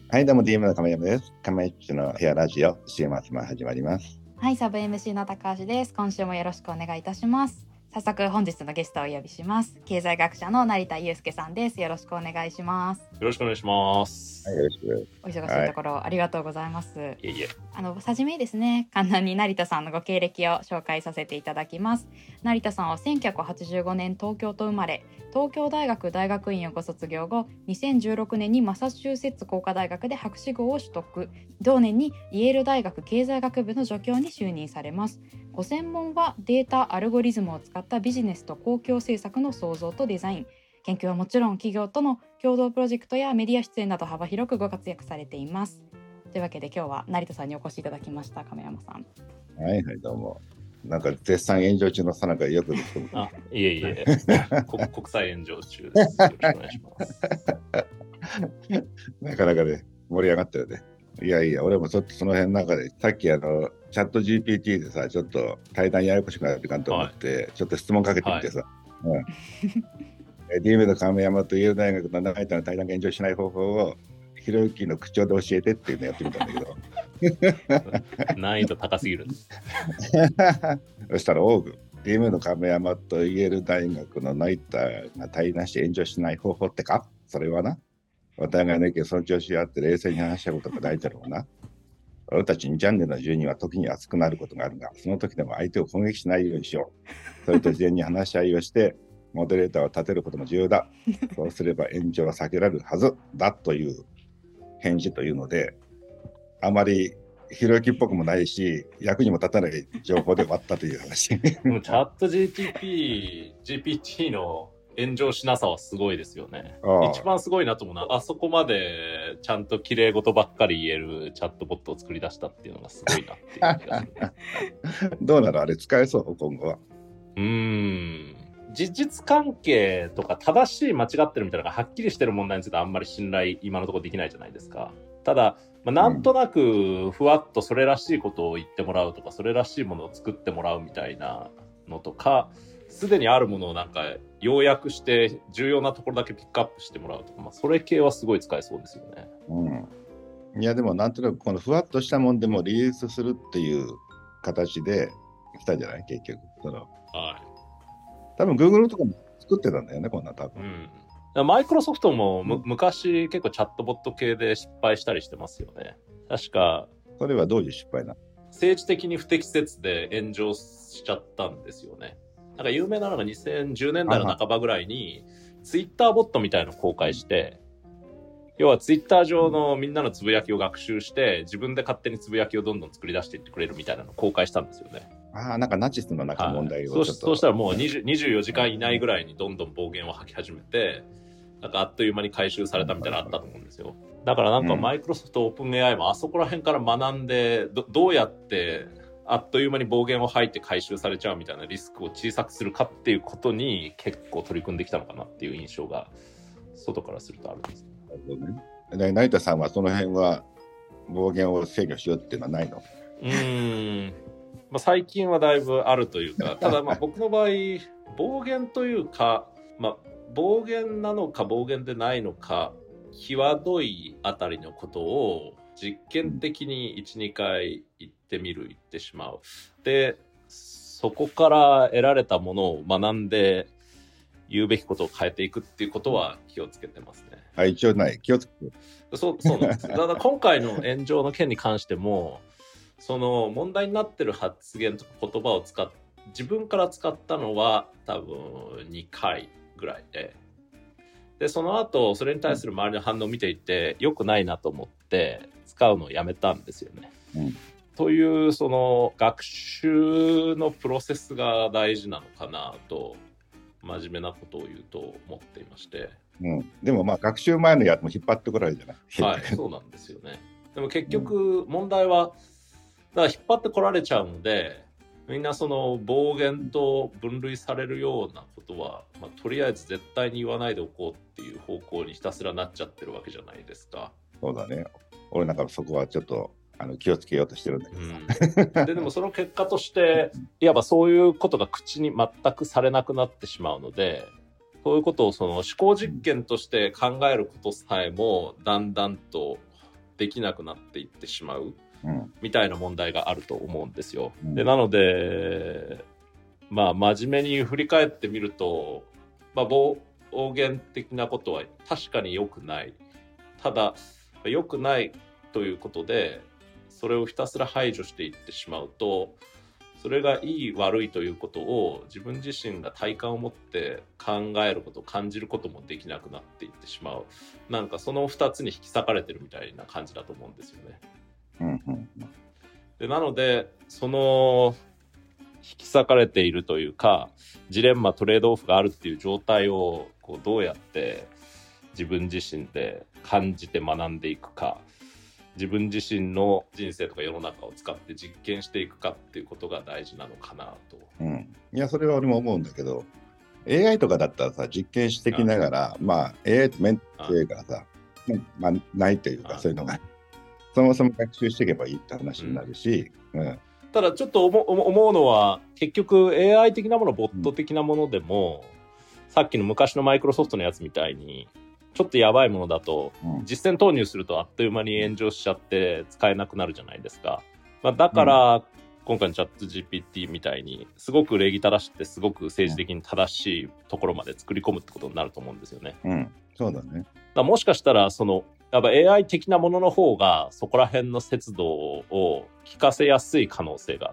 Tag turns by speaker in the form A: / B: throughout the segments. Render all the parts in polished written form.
A: はい、どうも DM の亀山です。亀一の部屋ラジオ、週末も始まります。
B: はい、サブ MC の高橋です。今週もよろしくお願いいたします。早速本日のゲストをお呼びします。経済学者の成田悠介さんです。よろしくお願いします。
C: よろしくお願いします。
A: はい、よろしく。
B: お忙しいところ、ありがとうございます。
C: いえいえ。
B: はじめですね、簡単に成田さんのご経歴を紹介させていただきます。成田さんは1985年東京と生まれ、東京大学大学院をご卒業後、2016年にマサチューセッツ工科大学で博士号を取得、同年にイェール大学経済学部の助教に就任されます。ご専門はデータアルゴリズムを使ったビジネスと公共政策の創造とデザイン。研究はもちろん企業との共同プロジェクトやメディア出演など幅広くご活躍されています。というわけで今日は成田さんにお越しいただきました。亀山さん。
A: はいはい、どうも。なんか絶賛炎上中のさなかよくですけど。
C: いえいえ。国際炎上中です。よろしくお願いします。
A: なかなかね、盛り上がったよね。いやいや、俺もちょっとその辺の中で、さっきチャット GPT でさ、ちょっと対談ややこしくなっていかんと思って、ちょっと質問かけてみてさ。DM の亀山とイェール大学の成田の対談が炎上しない方法を、ひろゆきの口調で教えてっていうのやってみたんだけど。
C: 難易度高すぎるんです。
A: そしたらオーグ DM の亀山とイェール大学の成田が対談して炎上しない方法ってか、それはな、お互いの意見を尊重し合って冷静に話し合うことが大事だろうな。俺たち2チャンネルの住人は時に熱くなることがあるが、その時でも相手を攻撃しないようにしよう。それと事前に話し合いをしてモデレーターを立てることも重要だ。そうすれば炎上は避けられるはずだという返事というので、あまりひろゆきっぽくもないし、役にも立たない情報で終わったという話。
C: でもチャット GPT の炎上しなさはすごいですよね。一番すごいなと思うのは、あそこまでちゃんと綺麗事ばっかり言えるチャットボットを作り出したっていうのがすごいなっていう気がする。
A: どうなのあれ使えそう今後は。
C: 事実関係とか正しい間違ってるみたいなのがはっきりしてる問題についてあんまり信頼今のところできないじゃないですか。ただ、なんとなくふわっとそれらしいことを言ってもらうとか、それらしいものを作ってもらうみたいなのとか、すでにあるものをなんか要約して重要なところだけピックアップしてもらうとか、それ系はすごい使えそうですよね。
A: いやでもなんとなくこのふわっとしたもんでもリリースするっていう形で来たじゃない結局。多分 Google とかも作ってたんだよね、こんな多分。
C: マイクロソフトも昔結構チャットボット系で失敗したりしてますよね。確か。
A: それはどういう失敗なの？
C: 政治的に不適切で炎上しちゃったんですよね。なんか有名なのが2010年代の半ばぐらいにツイッターボットみたいのを公開して、要はツイッター上のみんなのつぶやきを学習して自分で勝手につぶやきをどんどん作り出していってくれるみたいなのを公開したんですよね。
A: なんかナチスの中の問題をちょっと、
C: そうしたらもう24時間以内ぐらいにどんどん暴言を吐き始めて、なんかあっという間に回収されたみたいなのあったと思うんですよ。だからなんかマイクロソフトオープン AI もあそこら辺から学んで どうやってあっという間に暴言を吐いて回収されちゃうみたいなリスクを小さくするかっていうことに結構取り組んできたのかなっていう印象が外からするとあるんです。
A: なるほどね。成田さんはその辺は暴言を制御しようっていうのはないの？
C: 最近はだいぶあるというか、ただ僕の場合暴言というか、暴言なのか暴言でないのか際どいあたりのことを実験的に 1,2 回言ってしまう。で、そこから得られたものを学んで言うべきことを変えていくっていうことは気をつけてますね。
A: 一応ない気をつけて。
C: そうなんです。ただ今回の炎上の件に関してもその問題になってる発言とか言葉を自分から使ったのは多分2回ぐらいで、その後それに対する周りの反応を見ていて良くないなと思って使うのをやめたんですよね。というその学習のプロセスが大事なのかなと真面目なことを言うと思っていまして、
A: でも学習前のやつも引っ張ってこられるじゃない。
C: はい、そうなんですよね。でも結局問題はだから引っ張ってこられちゃうので、みんなその暴言と分類されるようなことは、とりあえず絶対に言わないでおこうっていう方向にひたすらなっちゃってるわけじゃないですか。
A: そうだね。俺なんかそこはちょっと気をつけようとしてるんだけど、
C: でもその結果としていわばそういうことが口に全くされなくなってしまうので、そういうことをその思考実験として考えることさえもだんだんとできなくなっていってしまう
A: うん
C: みたいな問題があると思うんですよ。
A: うん
C: でなので真面目に振り返ってみると、暴言的なことは確かに良くない。ただ良くないということでそれをひたすら排除していってしまうと、それがいい悪いということを自分自身が体感を持って考えること感じることもできなくなっていってしまう。なんかその2つに引き裂かれてるみたいな感じだと思うんですよね。
A: うんうん
C: でなのでその引き裂かれているというかジレンマトレードオフがあるっていう状態をこうどうやって自分自身で感じて学んでいくか、自分自身の人生とか世の中を使って実験していくかっていうことが大事なのかなと。
A: うんいやそれは俺も思うんだけど、 AI とかだったらさ実験してきながらAI って面倒くさいからさ、ないというかそういうのがそもそも学習していけばいいって話になるし、
C: ただちょっと思うのは結局 AI 的なものボット的なものでも、さっきの昔のマイクロソフトのやつみたいにちょっとやばいものだと、実践投入するとあっという間に炎上しちゃって使えなくなるじゃないですか。だから、今回のチャット GPT みたいにすごく礼儀正しくてすごく政治的に正しいところまで作り込むってことになると思うんですよね。
A: そうだね。
C: だからもしかしたらやっぱ AI 的なものの方がそこら辺の節度を聞かせやすい可能性があって、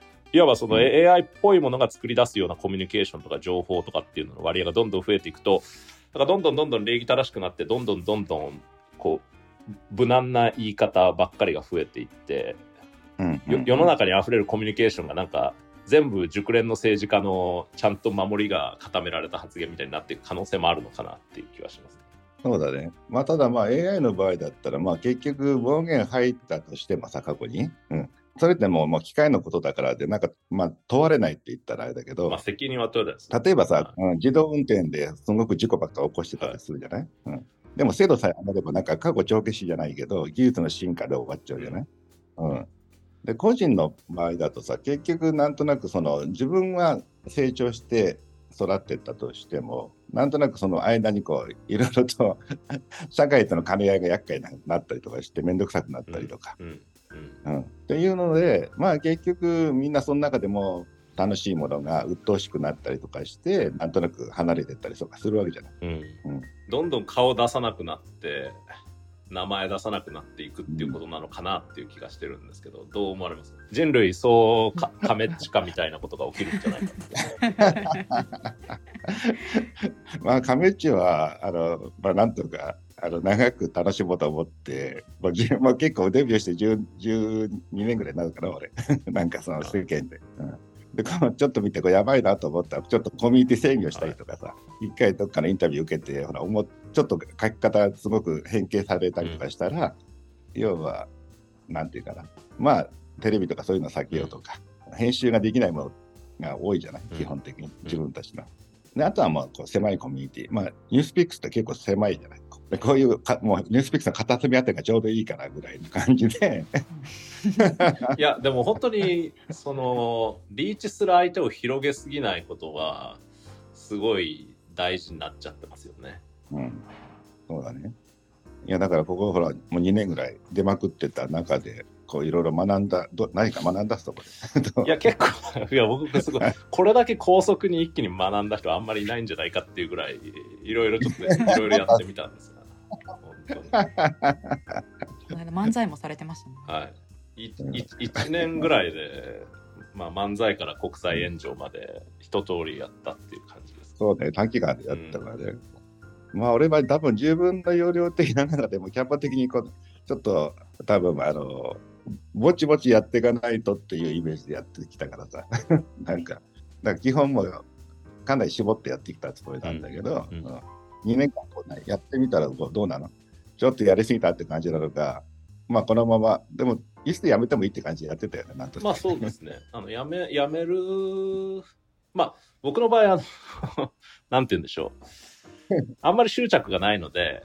C: いわばその AI っぽいものが作り出すようなコミュニケーションとか情報とかっていうのの割合がどんどん増えていくと、だからどんどん礼儀正しくなってどんどんこう無難な言い方ばっかりが増えていって、世の中にあふれるコミュニケーションがなんか全部熟練の政治家のちゃんと守りが固められた発言みたいになっていく可能性もあるのかなっていう気はしますね。
A: そうだね。ただAI の場合だったら結局暴言入ったとしてもさ過去に、それってもう機械のことだからでなんか問われないって言ったらあれだけど、
C: 責任は問われないですね。
A: 例えばさ、自動運転ですごく事故ばっか起こしてたりするじゃない、でも制度さえ上がればなんか過去帳消しじゃないけど技術の進化で終わっちゃうじゃない、で個人の場合だとさ結局なんとなく自分は成長して育ってったとしてもなんとなくその間にこういろいろと社会との兼ね合いが厄介になったりとかして面倒くさくなったりとか、っていうので結局みんなその中でも楽しいものが鬱陶しくなったりとかしてなんとなく離れてったりとかするわけじゃない、
C: どんどん顔出さなくなって名前出さなくなっていくっていうことなのかなっていう気がしてるんですけど、どう思われます？人類カメッチカみたいなことが起きるんじゃないかって
A: カメッチはなんとか長く楽しもうと思って結構デビューして12年ぐらいになるから俺なんかその世間で、でちょっと見てやばいなと思ったらちょっとコミュニティ制御したりとかさ、一回どっかのインタビュー受けてちょっと書き方すごく変形されたりとかしたら、要はなんていうかなテレビとかそういうの避けようとか、編集ができないものが多いじゃない、基本的に自分たちの。であとはこう狭いコミュニティ、ニュースピックスって結構狭いじゃない。でこういうもうニュースピックスの片隅あたりがちょうどいいかなぐらいの感じで
C: いやでも本当にリーチする相手を広げすぎないことはすごい大事になっちゃってますよね。
A: そうだね。いやだからここほらもう2年ぐらい出まくってた中でこういろいろ学んだ何か学んだそこで
C: いや結構僕すごいこれだけ高速に一気に学んだ人はあんまりいないんじゃないかっていうぐらいいろいろちょっといろいろやってみたんですが本当に
B: この間漫才もされてましたね。
C: 1年ぐらいで、漫才から国際炎上まで一通りやったっていう感じです。
A: そうね、短期間でやったからね。俺は多分十分な要領的な中でもキャパ的にちょっと多分ぼちぼちやっていかないとっていうイメージでやってきたからさなんか基本もかなり絞ってやってきたつもりなんだけど、2年間やってみたらどうなの？ちょっとやりすぎたって感じなのか、このままでもいつでやめてもいいって感じでやってたよね。なんと
C: そうですね。やめる僕の場合なんて言うんでしょうあんまり執着がないので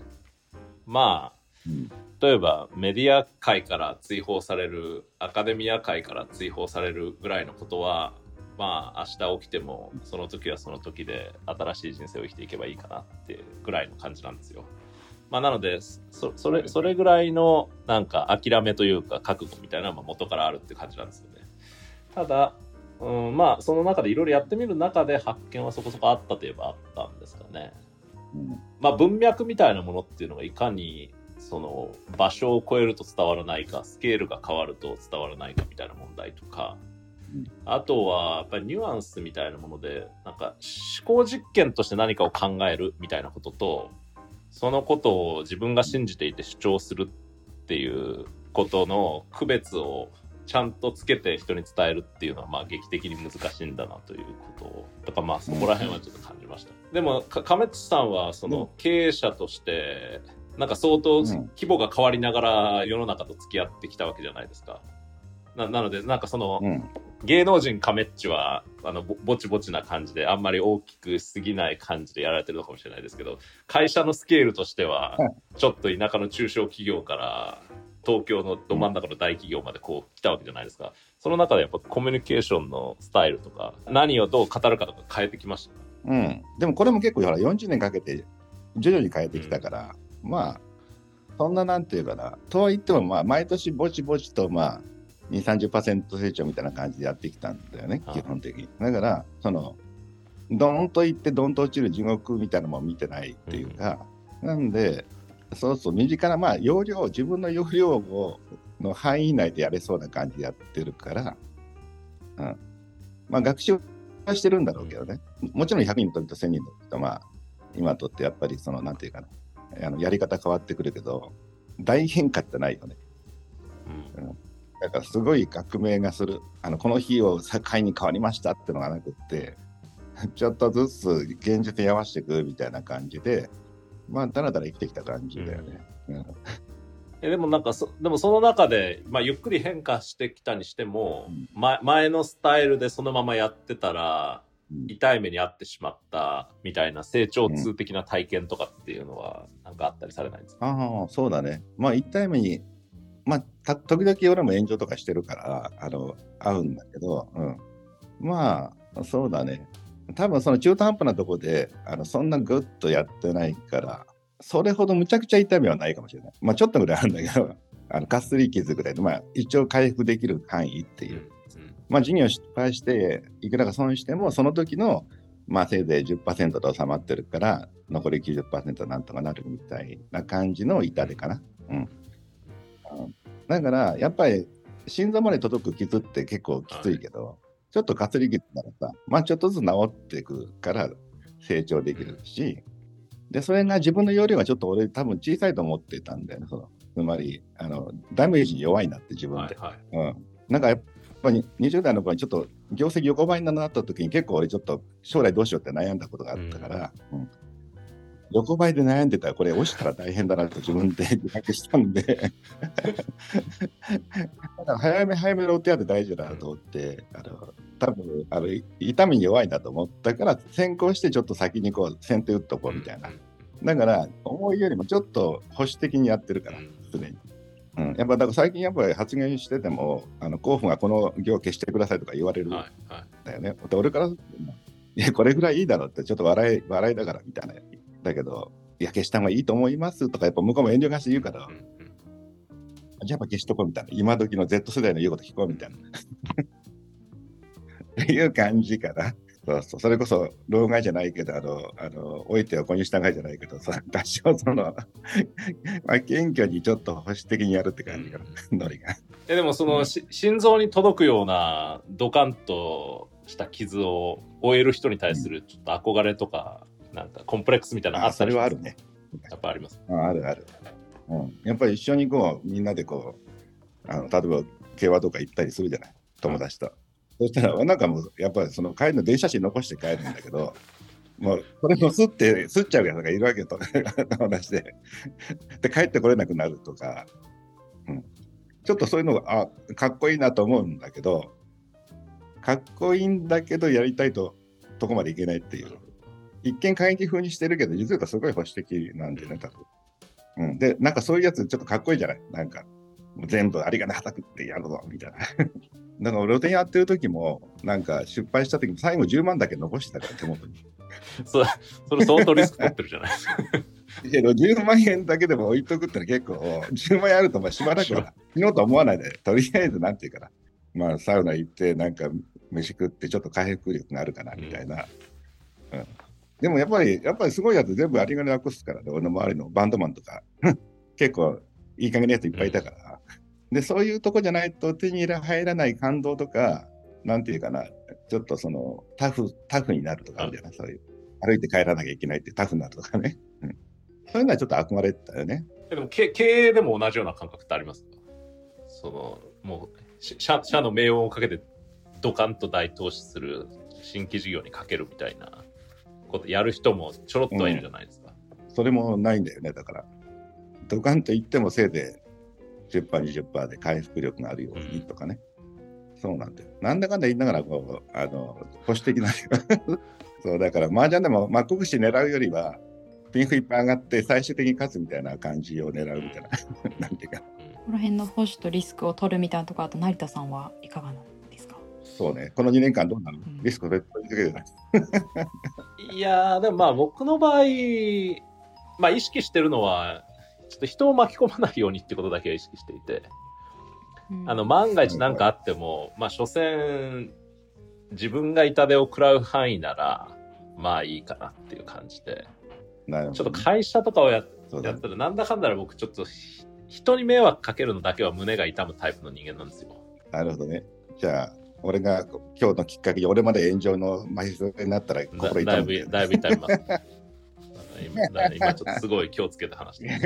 C: 例えばメディア界から追放されるアカデミア界から追放されるぐらいのことは明日起きてもその時はその時で新しい人生を生きていけばいいかなってぐらいの感じなんですよ。 まあ、なのでそれぐらいのなんか諦めというか覚悟みたいなのは元からあるって感じなんですよね。ただ、まあその中でいろいろやってみる中で発見はそこそこあったといえばあったんですかね。まあ文脈みたいなものっていうのがいかにその場所を超えると伝わらないか、スケールが変わると伝わらないかみたいな問題とか、あとはやっぱりニュアンスみたいなもので、なんか思考実験として何かを考えるみたいなことと、そのことを自分が信じていて主張するっていうことの区別をちゃんとつけて人に伝えるっていうのはまあ劇的に難しいんだなということを、だからまあそこら辺はちょっと感じました。でも亀地さんはその経営者としてなんか相当規模が変わりながら世の中と付き合ってきたわけじゃないですか。なのでなんかその、芸能人亀っちはぼちぼちな感じであんまり大きくしすぎない感じでやられてるのかもしれないですけど、会社のスケールとしてはちょっと田舎の中小企業から東京のど真ん中の大企業までこう来たわけじゃないですか。その中でやっぱコミュニケーションのスタイルとか何をどう語るかとか変えてきました。
A: でもこれも結構ほら40年かけて徐々に変えてきたから、まあそんななんていうかなとは言っても、まあ毎年ぼちぼちとまあ2、30% 成長みたいな感じでやってきたんだよね、基本的に。だからそのドーンといってドーンと落ちる地獄みたいなのも見てないっていうか、なんでそう身近なまあ容量、自分の容量の範囲内でやれそうな感じでやってるから、まあ学習はしてるんだろうけどね。もちろん100人の時と1000人の時とまあ今とってやっぱりそのなんていうかな、やり方変わってくるけど大変化ってないよね。だからすごい革命がする、この日を境に変わりましたってのがなくってちょっとずつ現実に合わせていくみたいな感じで、まあだらだら生きてきた感じだよね。
C: でもなんかでもその中で、まあ、ゆっくり変化してきたにしても、前のスタイルでそのままやってたら、痛い目に遭ってしまったみたいな成長痛的な体験とかっていうのはなんかあったりされないんですか？
A: ああ、そうだね。まあ痛い目に、まあ時々俺も炎上とかしてるから会うんだけど、まあそうだね。多分その中途半端なとこでそんなグッとやってないから、それほどむちゃくちゃ痛みはないかもしれない。まあちょっとぐらいあるんだけど、かすり傷ぐらいで、まあ一応回復できる範囲っていう。まあ事業失敗していくらか損してもその時のまあせいぜい 10% で収まってるから残り 90% なんとかなるみたいな感じの痛手かな。だからやっぱり心臓まで届く傷って結構きついけど、ちょっとかすり傷ならさ、まあちょっとずつ治っていくから成長できるし、でそれが自分の容量がちょっと俺多分小さいと思ってたんだよね。つまりダメージに弱いなって自分で、なんかやっぱり20代の頃にちょっと業績横ばいになった時に結構俺ちょっと将来どうしようって悩んだことがあったから、横ばいで悩んでたらこれ落ちたら大変だなと自分で自覚したんでだから早めのお手当て大事だなと思って、多分痛みに弱いなと思ったから先行してちょっと先にこう先手打っとこうみたいな。だから思いよりもちょっと保守的にやってるからすでに。やっぱだから最近やっぱり発言してても候補がこの業消してくださいとか言われるんだよね。で俺からいやこれぐらいいいだろうってちょっと笑いだからみたいな。だけどいや消した方がいいと思いますとかやっぱ向こうも遠慮がして言うから、じゃあやっぱ消しとこうみたいな、今時の Z 世代の言うこと聞こうみたいなっていう感じかな。それこそ老害じゃないけど老いては子に従いじゃないけどさ、多少まあ謙虚にちょっと保守的にやるって感じかな、ノリが。
C: でもその心臓に届くようなドカンとした傷を負える人に対するちょっと憧れとか、なんかコンプレックスみたいなのあったりします？それはあるね。やっぱあります。
A: ある。やっぱり一緒にこうみんなでこう例えば競馬とか行ったりするじゃない、友達と。そしたらなんかもうやっぱりその帰るの電車紙残して帰るんだけど、もうそれもすっちゃうやつがいるわけと友達で帰ってこれなくなるとか、ちょっとそういうのがかっこいいなと思うんだけど、かっこいいんだけどやりたいとこまでいけないっていう。一見過激風にしてるけど実はすごい保守的なんでね、多分。でなんかそういうやつちょっとかっこいいじゃない、なんかもう全部ありがなはたくってやるぞみたいなだから露店やってる時もなんか失敗した時も最後10万だけ残してたから手元に
C: それ相当リスク取ってるじゃないですか。
A: けど10万円だけでも置いとくってのは結構、10万円あるとまあしばらくは死のうと思わないで、とりあえずなんていうかな、まあサウナ行ってなんか飯食ってちょっと回復力があるかなみたいな。でもやっぱりすごいやつ全部有り金なくすからね、俺の周りのバンドマンとか、結構いい加減なやついっぱいいたから。で、そういうとこじゃないと手に入らない感動とか、なんていうかな、ちょっとそのタフになるとかあるじゃない、そういう。歩いて帰らなきゃいけないってタフになるとかね。そういうのはちょっと憧れてたよね。
C: でも経営でも同じような感覚ってありますか？そのもう社の命運をかけてドカンと大投資する新規事業にかけるみたいなことやる人もちょろっとはいるじゃないですか。
A: それもないんだよね。だからドカンと言ってもせいで 10%、20% で回復力があるようにとかね。そうなんだよ。なんだかんだ言いながらこう保守的なそうだから麻雀でも国士狙うよりはピンフいっぱい上がって最終的に勝つみたいな感じを狙うみたいななんていうか、
B: この辺の保守とリスクを取るみたいなところ、あと成田さんはいかがなんですか？
A: そうね、この2年間どうなの、リスクを取り続けてない
C: いやーでもまあ僕の場合、まあ意識してるのはちょっと人を巻き込まないようにってことだけは意識していて、万が一何かあっても、まあ所詮自分が痛手を食らう範囲ならまあいいかなっていう感じで、ちょっと会社とかをやったらなんだかんだら僕ちょっと人に迷惑かけるのだけは胸が痛むタイプの人間なんですよ。な
A: るほどね。じゃあ俺が今日のきっかけに俺まで炎上のマイスになったら心痛む、
C: だいぶ痛みます今ちょっとすごい気をつけて話して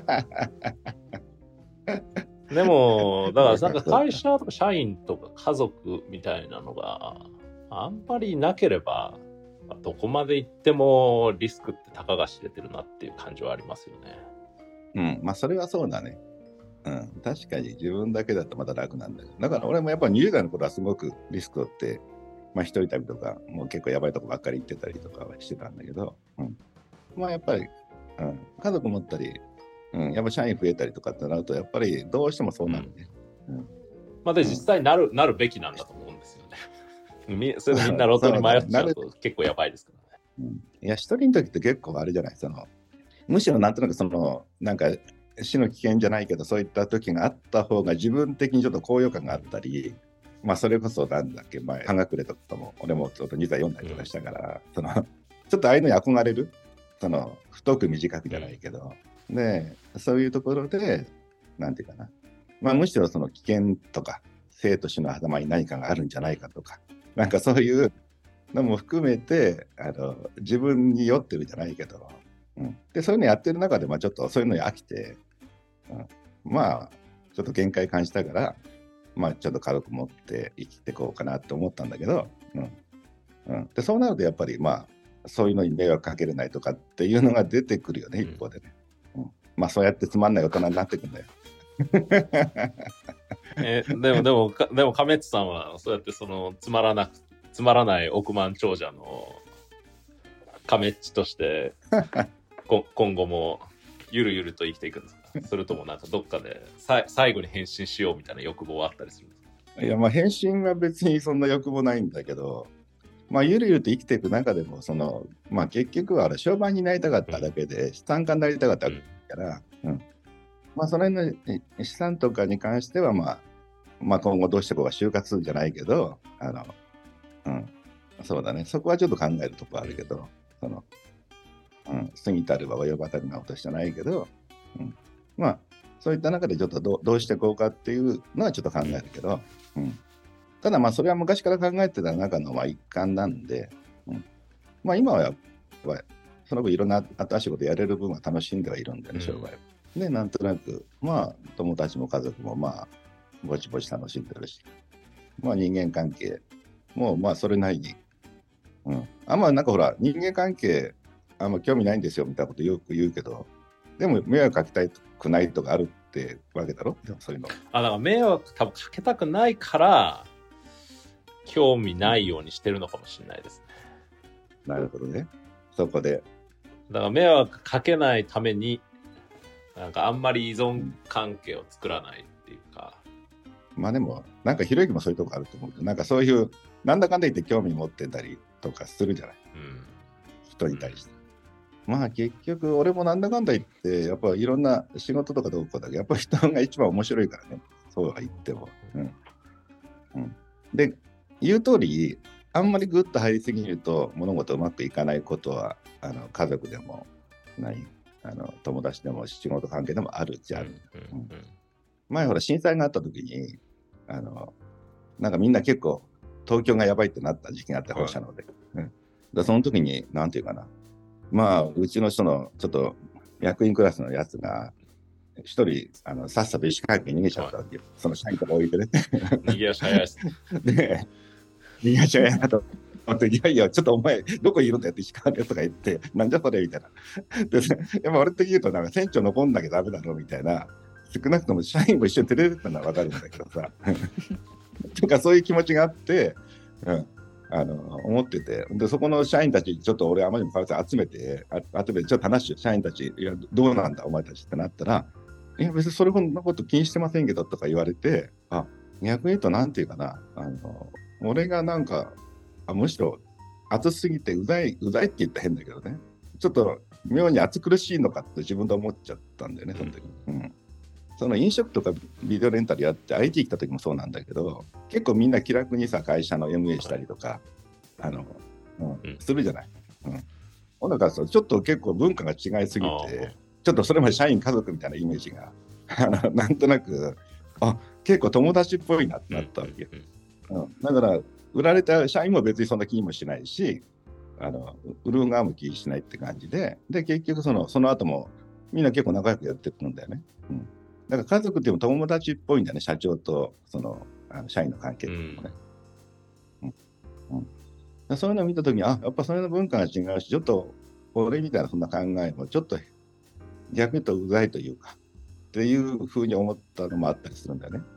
C: ますでもだからなんか会社とか社員とか家族みたいなのがあんまりなければどこまで行ってもリスクってたかが知れてるなっていう感じはありますよね。
A: まあそれはそうだね。確かに自分だけだとまだ楽なんだよ。だから俺もやっぱ20代の頃はすごくリスクを負って、まあ一人旅とかもう結構やばいとこばっかり行ってたりとかはしてたんだけど、まあやっぱり、家族持ったり、やっぱ社員増えたりとかってなるとやっぱりどうしてもそうなるね。
C: まあで実際なるべきなんだと思うんですよね。それでみんな路頭に迷っちゃうと結構やばいですからね。
A: いや一人の時って結構あれじゃない、むしろなんとなくなんか死の危険じゃないけどそういった時があった方が自分的にちょっと高揚感があったり、まあそれこそなんだっけ前半隠れとかも俺もちょっと2歳読んだりとかしたから、ちょっとああいうのに憧れる、太く短くじゃないけど、でそういうところでなんていうかな、まあむしろその危険とか生と死の狭間に何かがあるんじゃないかとか、なんかそういうのも含めて自分に酔ってるじゃないけど、でそういうのやってる中でちょっとそういうのに飽きて、まあちょっと限界感じたから、まあちょっと軽く持って生きていこうかなって思ったんだけど、でそうなるとやっぱりまあそういうのに迷惑かけれないとかっていうのが出てくるよね、一方でね。まあそうやってつまんない大人になっていくんだよ。
C: でも亀津さんはそうやってつまらない億万長者の亀っちとして今後もゆるゆると生きていくんですか？それともなんかどっかで最後に変身しようみたいな欲望はあったりするんですか？
A: いやまあ変身は別にそんな欲望ないんだけど、まあゆるゆると生きていく中でもまあ結局は商売になりたかっただけで資産家になりたかったから、まあその辺の資産とかに関してはまあ今後どうしていこうか就活じゃないけどそうだね、そこはちょっと考えるところあるけど、過ぎたるは及ばたるなことじゃないけど、まあそういった中でちょっとどうしていこうかっていうのはちょっと考えるけど、ただまあそれは昔から考えてた中の一環なんで、まあ今はその分いろんな新しいことやれる分は楽しんではいるんでね、商売でなんとなくまあ友達も家族もまあぼちぼち楽しんでるし、まあ人間関係もまあそれなりに、あんまなんかほら人間関係あんま興味ないんですよみたいなことよく言うけど、でも迷惑かけたくないとかあるってわけだろ。でもそういうの
C: だから迷惑多分かけたくないから興味ないようにしてるのかもしれないですね。
A: なるほどね。そこで
C: だから迷惑かけないためになんかあんまり依存関係を作らないっていうか、
A: まあでもなんかひろゆきもそういうとこあると思うけど、なんかそういうなんだかんだ言って興味持ってたりとかするじゃない。 人に対して。まあ結局俺もなんだかんだ言ってやっぱいろんな仕事とかどうこうだけどやっぱ人が一番面白いからね、そうは言っても、で言う通りあんまりグッと入りすぎると物事うまくいかないことは家族でも友達でも仕事関係でもあるじゃん、前ほら震災があった時になんかみんな結構東京がやばいってなった時期があって放射能で、でその時になんていうかな、まあうちの人のちょっと役員クラスのやつが一人さっさと石川県に逃げちゃったわけよ、その社員とか置いてね
C: 逃げ足早いです。
A: で逃げ足早いなと思って、いやいやちょっとお前どこにいるんだよって石川県とか言ってなんじゃそれみたいなでやっぱ俺的に言うとなんか船長残んなきゃダメだろみたいな、少なくとも社員も一緒に照れてたのは分かるんだけどさとかそういう気持ちがあって、思ってて、でそこの社員たちちょっと俺あまりにも集めてちょっと話して、社員たちいやどうなんだお前たちってなったら、いや別にそれほんなこと気にしてませんけどとか言われて、逆に言うとなんていうかな、俺がなんかむしろ熱すぎてうざいって言ったら変だけどね、ちょっと妙に暑苦しいのかって自分で思っちゃったんだよねその時、その飲食とかビデオレンタルやって IT 来た時もそうなんだけど、結構みんな気楽にさ会社の MA したりとかするじゃない、だからさちょっと結構文化が違いすぎて、ちょっとそれまで社員家族みたいなイメージがなんとなく結構友達っぽいなってなったわけよ、だから売られた社員も別にそんな気にもしないし売る側も気にしないって感じで、結局その後もみんな結構仲良くやってるんだよね、だから家族っていうのも友達っぽいんだね、社長と社員の関係っていうのもね、そういうのを見たときにやっぱそれの文化が違うし、ちょっと俺みたいなそんな考えもちょっと逆に言うとうざいというかっていうふうに思ったのもあったりするんだよね、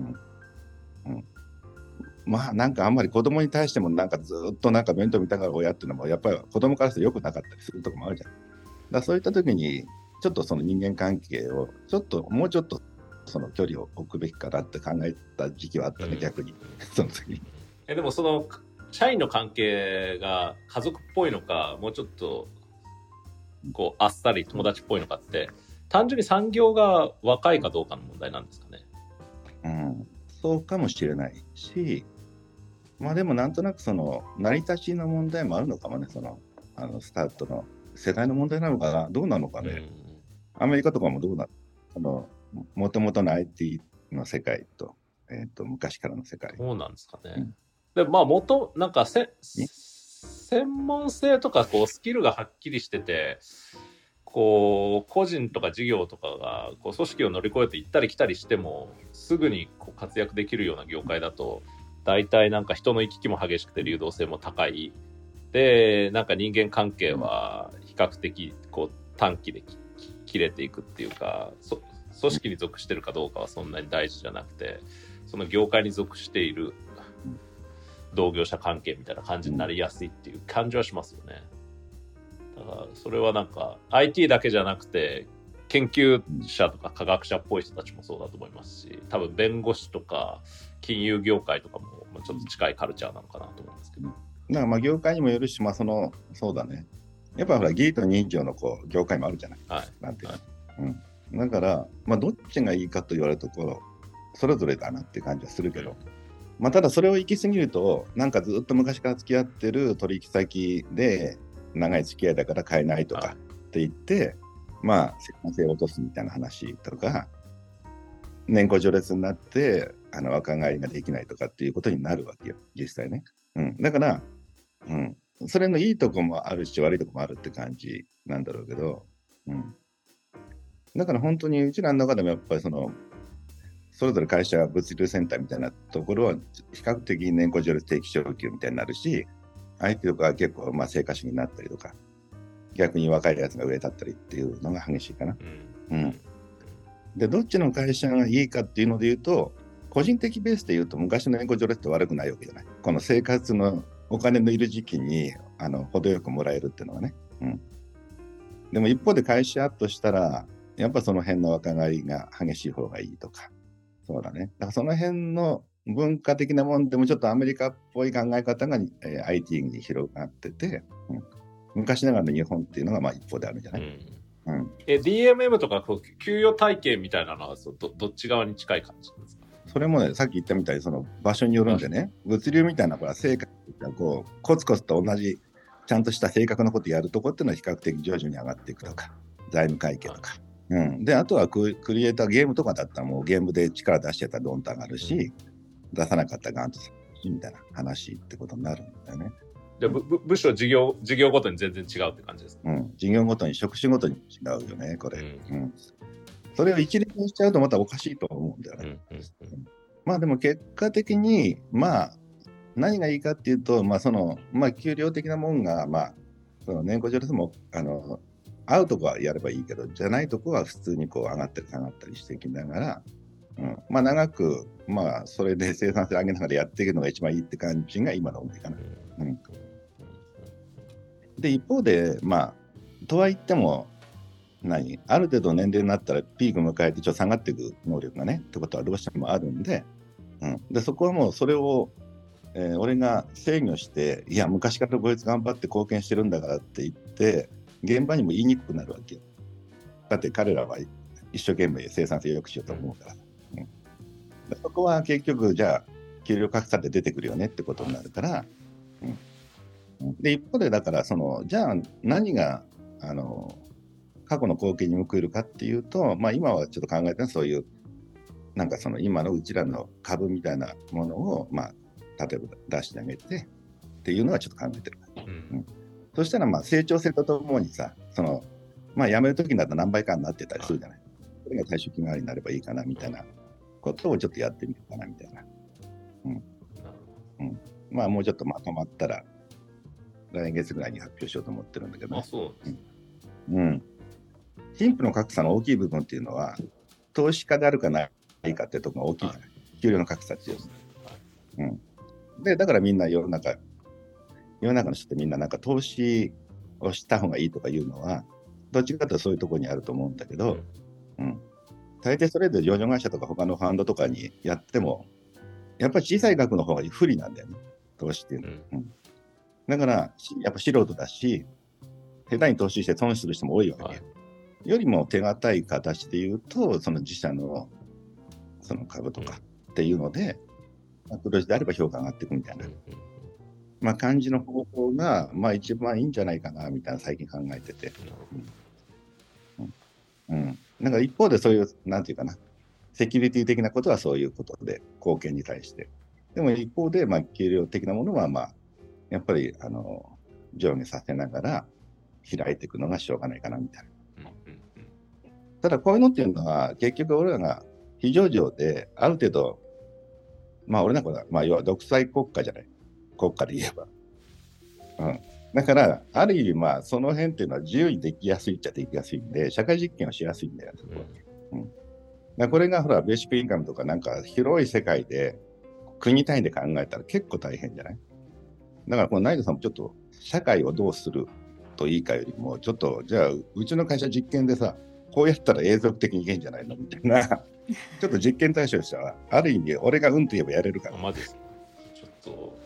A: まあなんかあんまり子供に対してもなんかずっとなんか面倒見たがる親っていうのもやっぱり子供からすると良くなかったりするとこもあるじゃん。だからそういった時にちょっとその人間関係をもうちょっとその距離を置くべきかなって考えた時期はあったね、逆にその時に。
C: でもその社員の関係が家族っぽいのか、もうちょっとこうあっさり友達っぽいのかって、単純に産業が若いかどうかの問題なんですかね。
A: そうかもしれないし、まあでもなんとなくその成り立ちの問題もあるのかもね、そのスタートの世代の問題なのかな、どうなのかね、アメリカとかもどうなの、もともとの IT の世界と、昔からの世界。
C: そうなんですかね。でまあなんか専門性とかこうスキルがはっきりしてて、こう個人とか事業とかがこう組織を乗り越えて行ったり来たりしてもすぐにこう活躍できるような業界だと、大体なんか人の行き来も激しくて流動性も高いで、なんか人間関係は比較的こう短期で切れていくっていうか、組織に属してるかどうかはそんなに大事じゃなくて、その業界に属している同業者関係みたいな感じになりやすいっていう感じはしますよね。だからそれはなんか IT だけじゃなくて研究者とか科学者っぽい人たちもそうだと思いますし、多分弁護士とか金融業界とかもちょっと近いカルチャーなのかなと思うんですけど、
A: だからまあ業界にもよるし、まあそうだね、やっぱほら技術と人情のこう業界もあるじゃない、なんていうの、だからまあどっちがいいかと言われるところそれぞれだなっていう感じはするけど、まあただそれを行き過ぎるとなんかずっと昔から付き合ってる取引先で長い付き合いだから買えないとかって言って、まあ生産性を落とすみたいな話とか、年功序列になって若返りができないとかっていうことになるわけよ実際ね、だから、それのいいとこもあるし悪いとこもあるって感じなんだろうけど、だから本当にうちらの中でもやっぱりそれぞれ会社物流センターみたいなところは比較的年功序列定期昇給みたいになるし、相手とかは結構まあ成果主義になったりとか、逆に若いやつが上だったりっていうのが激しいかな。でどっちの会社がいいかっていうので言うと、個人的ベースで言うと昔の年功序列って悪くないわけじゃない。この生活のお金のいる時期に程よくもらえるっていうのはね、でも一方で会社としたらやっぱその辺の若返りが激しい方がいいとか、そうだね、だからその辺の文化的なもんでもちょっとアメリカっぽい考え方が、IT に広がってて、 昔ながらの日本っていうのがまあ一方であるんじゃない、
C: DMM とかこう給与体系みたいなのはどっち側に近い感じですか？
A: それもね、さっき言ったみたいにその場所によるんでね、物流みたいなほら成果がこうコツコツと同じちゃんとした正確なことやるとこっていうのは比較的徐々に上がっていくとか、財務会計とか、であとはクリエイターゲームとかだったらもうゲームで力出してたらドンと上がるし、出さなかったらガンと下がるしみたいな話ってことになるんだよね。
C: じゃあ部署事業ごとに全然違うって感じですか？
A: 事業ごとに職種ごとに違うよねこれ、それを一律にしちゃうとまたおかしいと思うんだよね。まあでも結果的にまあ何がいいかっていうと、まあそのまあ給料的なもんがまあその年功序列も合うとこはやればいいけど、じゃないとこは普通にこう上がったり下がったりしていきながら、まあ長くまあそれで生産性上げながらやっていくのが一番いいって感じが今の思いかな。で一方でまあとは言ってもある程度年齢になったらピークを迎えてちょっと下がっていく能力がねってことはどうしてもあるんで、でそこはもうそれを、俺が制御していや昔からこいつ頑張って貢献してるんだからって言って現場にも言いにくくなるわけよ。だって彼らは一生懸命生産性良くしようと思うから、でそこは結局じゃあ給料格差で出てくるよねってことになるから、で一方でだからじゃあ何が過去の貢献に報いるかっていうと、まあ、今はちょっと考えてるのはそういうなんか今のうちらの株みたいなものを、まあ、例えば出してあげてっていうのはちょっと考えてる、そしたらまあ成長性とともにさまあ、辞めるときになったら何倍かになってたりするじゃない。それが退職金代わりになればいいかなみたいなことをちょっとやってみるかなみたいな、まあもうちょっとまとまったら来月ぐらいに発表しようと思ってるんだけど、ね、貧富の格差の大きい部分っていうのは投資家であるかないかっていうところが大きいじゃない、給料の格差っていう、でだからみんな世の中の人ってみんななんか投資をした方がいいとかいうのはどっちかというとそういうところにあると思うんだけど、大抵それで上場会社とか他のファンドとかにやってもやっぱり小さい額の方が不利なんだよね、投資っていうのは、だからやっぱ素人だし下手に投資して損する人も多いわけ、よりも手堅い形で言うとその自社のその株とかっていうので、黒字であれば評価上がっていくみたいな、まあ、感じの方法がまあ一番いいんじゃないかなみたいな最近考えてて、なんか一方でそういうなんていうかなセキュリティ的なことはそういうことで貢献に対して、でも一方でまあ給料的なものはまあやっぱり上下させながら開いていくのがしょうがないかなみたいな。ただこういうのっていうのは結局俺らが非上場である程度まあ俺なんかはまあ要は独裁国家じゃない、国家で言えば、だからある意味まあその辺っていうのは自由にできやすいっちゃできやすいんで社会実験をしやすいんだよ、だこれがほらベーシックインカムとかなんか広い世界で国単位で考えたら結構大変じゃない。だからこのナイトさんもちょっと社会をどうするといいかよりもちょっとじゃあうちの会社実験でさこうやったら永続的にいけんじゃないのみたいなちょっと実験対象としてはある意味俺がと言えばやれるから。
C: マジですか。ちょっと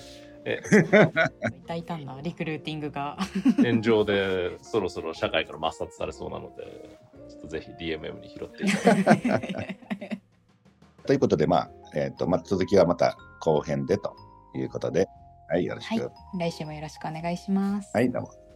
B: 大胆なリクルーティングが
C: 炎上でそろそろ社会から抹殺されそうなのでちょっとぜひ DMM に拾っていただいて
A: ということでまあ、まあ、続きはまた後編でということで、はい、よろしく、
B: 来週もよろしくお願いします。
A: はい、どうも。